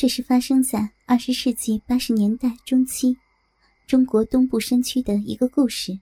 这是发生在20世纪80年代中期中国东部山区的一个故事。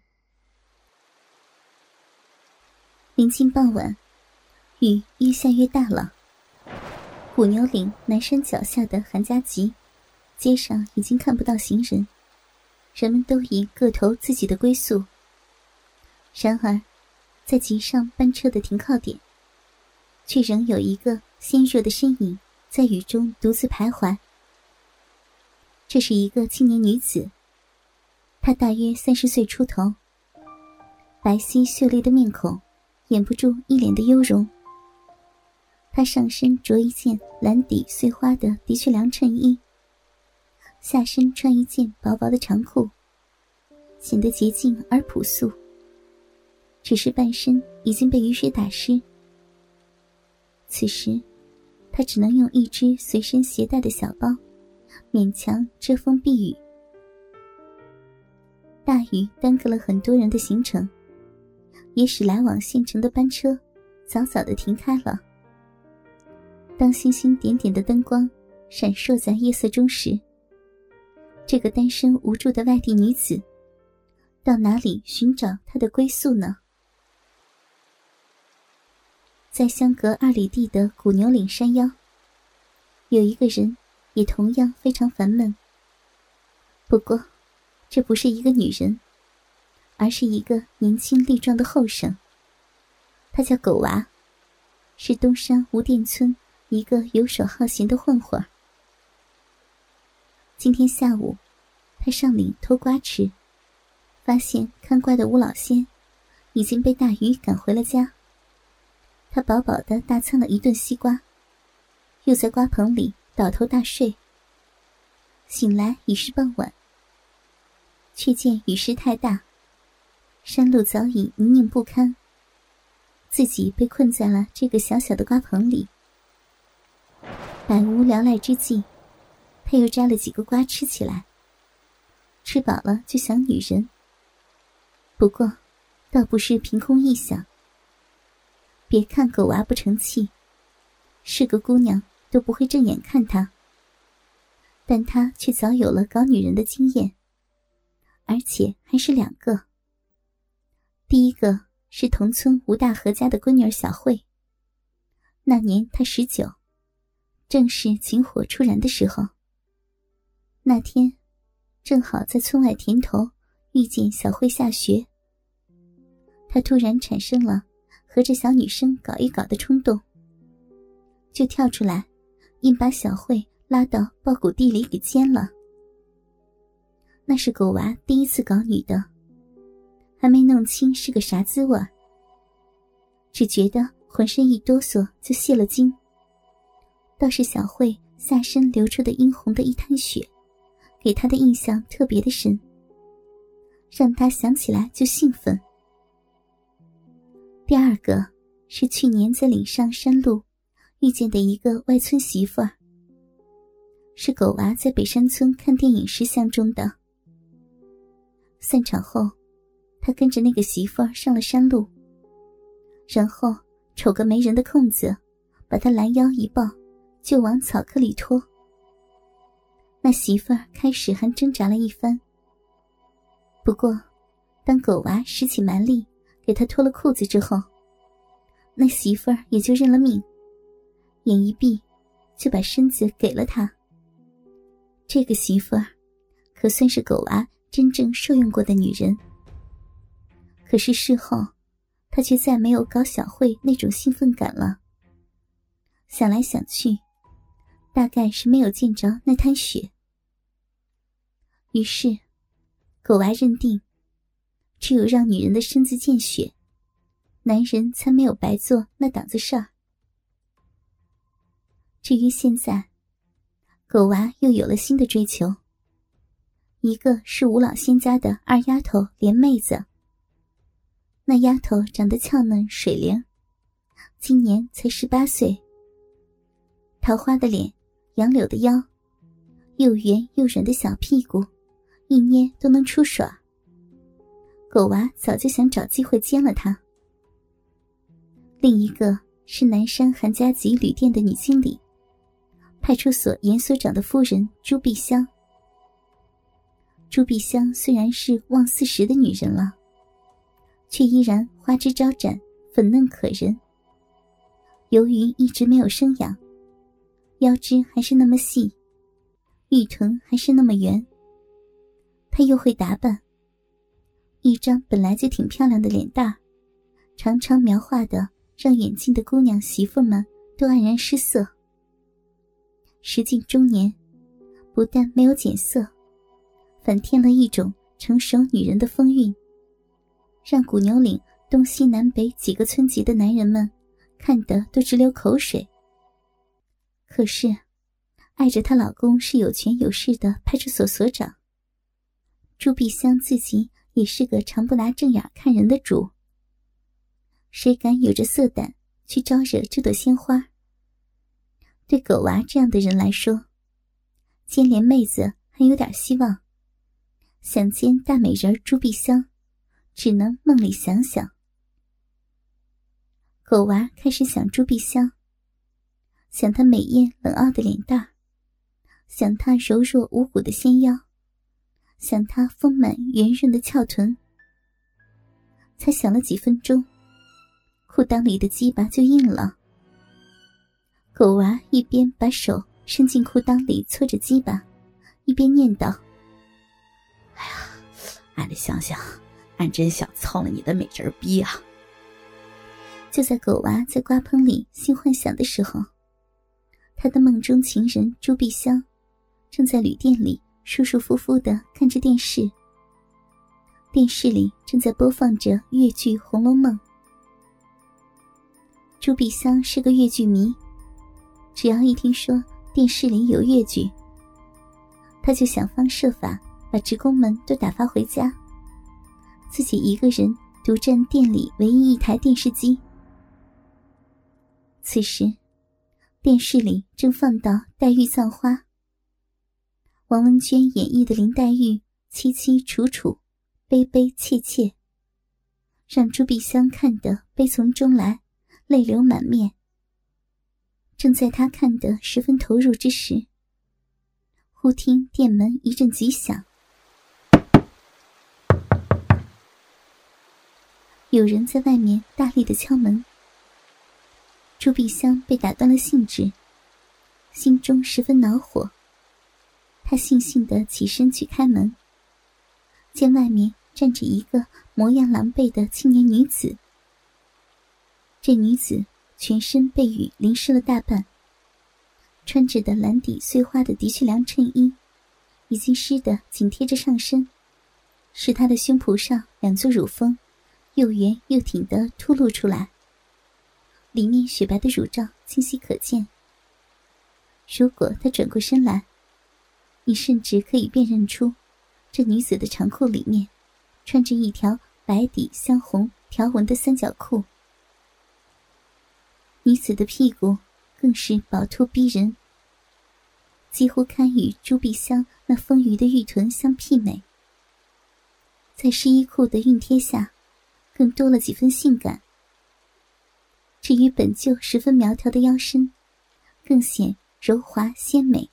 临近傍晚，雨越下越大了。虎牛岭南山脚下的韩家集，街上已经看不到行人，人们都已各投自己的归宿。然而，在集上班车的停靠点，却仍有一个纤弱的身影在雨中独自徘徊。这是一个青年女子，她大约30岁出头，白皙秀丽的面孔掩不住一脸的忧容。她上身着一件蓝底碎花的的确良衬衣，下身穿一件薄薄的长裤，显得洁净而朴素。只是半身已经被雨水打湿。此时他只能用一只随身携带的小包勉强遮风避雨。大雨耽搁了很多人的行程，也使来往县城的班车早早地停开了。当星星点点的灯光闪烁在夜色中时，这个单身无助的外地女子到哪里寻找她的归宿呢？在相隔2里地的古牛岭山腰，有一个人也同样非常烦闷。不过这不是一个女人，而是一个年轻力壮的后生。他叫狗娃，是东山吴店村一个游手好闲的混混。今天下午他上岭偷瓜吃，发现看瓜的吴老仙已经被大雨赶回了家。他饱饱地大餐了一顿西瓜，又在瓜棚里倒头大睡。醒来已是傍晚，却见雨势太大，山路早已泥泞不堪，自己被困在了这个小小的瓜棚里。百无聊赖之际，他又摘了几个瓜吃起来。吃饱了就想女人，不过倒不是凭空臆想。别看狗娃不成器，是个姑娘都不会正眼看他，但他却早有了搞女人的经验，而且还是2个。第一个是同村吴大和家的闺女小慧，那年她19，正是井火初燃的时候。那天正好在村外田头遇见小慧下学，他突然产生了和这小女生搞一搞的冲动，就跳出来硬把小慧拉到苞谷地里给奸了。那是狗娃第一次搞女的，还没弄清是个啥滋味，只觉得浑身一哆嗦就泄了精。倒是小慧下身流出的殷红的一滩血，给他的印象特别的深，让他想起来就兴奋。第2个是去年在岭上山路遇见的一个外村媳妇儿，是狗娃在北山村看电影时相中的。散场后，他跟着那个媳妇儿上了山路，然后瞅个没人的空子，把她拦腰一抱，就往草坑里拖。那媳妇儿开始还挣扎了一番，不过当狗娃使起蛮力给他脱了裤子之后，那媳妇儿也就认了命，眼一闭就把身子给了他。这个媳妇儿可算是狗娃真正受用过的女人。可是事后他却再没有搞小慧那种兴奋感了。想来想去，大概是没有见着那滩血。于是狗娃认定，只有让女人的身子见血，男人才没有白做那档子事儿。至于现在，狗娃又有了新的追求，一个是吴老仙家的2丫头莲妹子。那丫头长得俏嫩水灵，今年才18岁，桃花的脸，杨柳的腰，又圆又软的小屁股，一捏都能出水。狗娃早就想找机会奸了她。另一个是南山韩家集旅店的女经理， 派出所严所长的夫人朱碧香。朱碧香虽然是望40的女人了，却依然花枝招展，粉嫩可人。由于一直没有生养，腰肢还是那么细，玉臀还是那么圆。她又会打扮，一张本来就挺漂亮的脸蛋，常常描画的让远近的姑娘媳妇们都黯然失色。时近中年，不但没有减色，反添了一种成熟女人的风韵，让古牛岭东西南北几个村级的男人们看得都直流口水。可是碍着她老公是有权有势的派出所所长，朱碧香自己也是个常不拿正眼看人的主，谁敢有着色胆去招惹这朵鲜花？对狗娃这样的人来说，见连妹子还有点希望，想见大美人朱碧香，只能梦里想想。狗娃开始想朱碧香，想她美艳冷傲的脸蛋，想她柔弱无骨的纤腰，想她丰满圆润的翘臀。才想了几分钟，裤裆里的鸡巴就硬了。狗娃一边把手伸进裤裆里搓着鸡巴，一边念叨： 哎呀，俺得想想，俺真想操了你的美人逼啊！ 就在狗娃在瓜棚里性幻想的时候，他的梦中情人朱碧香正在旅店里舒舒服服地看着电视，电视里正在播放着粤剧《红楼梦》。朱碧香是个粤剧迷，只要一听说电视里有粤剧，他就想方设法把职工们都打发回家，自己一个人独占店里唯一一台电视机。此时电视里正放到黛玉葬花，王文娟演绎的林黛玉凄凄楚楚，悲悲切切，让朱碧香看得悲从中来，泪流满面。正在他看得十分投入之时，忽听店门一阵急响，有人在外面大力地敲门。朱碧香被打断了兴致，心中十分恼火。她悻悻地起身去开门，见外面站着一个模样狼狈的青年女子。这女子全身被雨淋湿了大半，穿着的蓝底碎花的的确良衬衣已经湿得紧贴着上身，使她的胸脯上两座乳峰又圆又挺地凸露出来，里面雪白的乳罩清晰可见。如果她转过身来，你甚至可以辨认出这女子的长裤里面穿着一条白底香红条纹的三角裤。女子的屁股更是饱凸逼人，几乎堪与朱碧香那丰腴的玉臀相媲美。在湿衣裤的熨贴下，更多了几分性感。至于本就十分苗条的腰身，更显柔滑鲜美。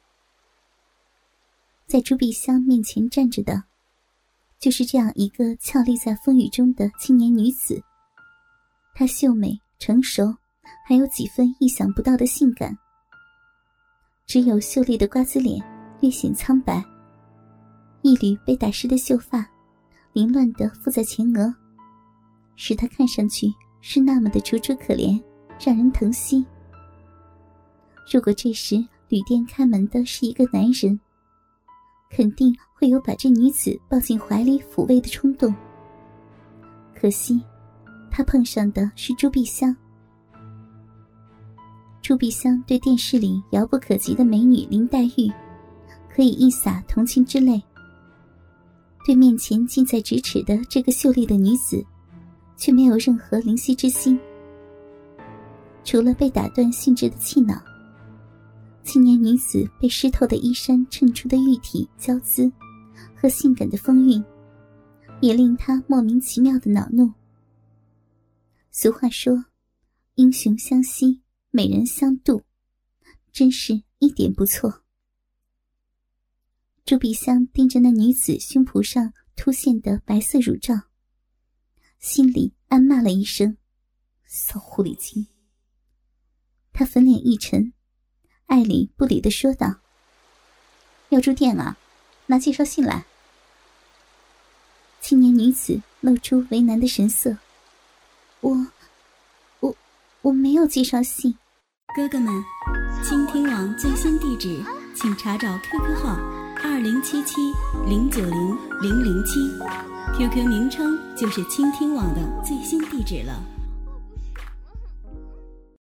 在朱碧香面前站着的，就是这样一个俏丽在风雨中的青年女子。她秀美成熟，还有几分意想不到的性感。只有秀丽的瓜子脸略显苍白，一缕被打湿的秀发凌乱地附在前额，使她看上去是那么的楚楚可怜，让人疼惜。如果这时旅店开门的是一个男人，肯定会有把这女子抱进怀里抚慰的冲动。可惜他碰上的是朱碧香。朱碧香对电视里遥不可及的美女林黛玉可以一洒同情之泪，对面前近在咫尺的这个秀丽的女子却没有任何怜惜之心。除了被打断兴致的气恼，青年女子被湿透的衣衫衬出的玉体娇姿和性感的风韵，也令她莫名其妙的恼怒。俗话说，英雄相惜，美人相妒，真是一点不错。朱碧香盯着那女子胸脯上凸现的白色乳罩，心里暗骂了一声骚狐狸精。她粉脸一沉，爱理不理地说道： 要住店啊，拿介绍信来。 青年女子露出为难的神色，我没有介绍信。 哥哥们，倾听网最新地址请查找 QQ 号2077090007，QQ 名称就是倾听网的最新地址了。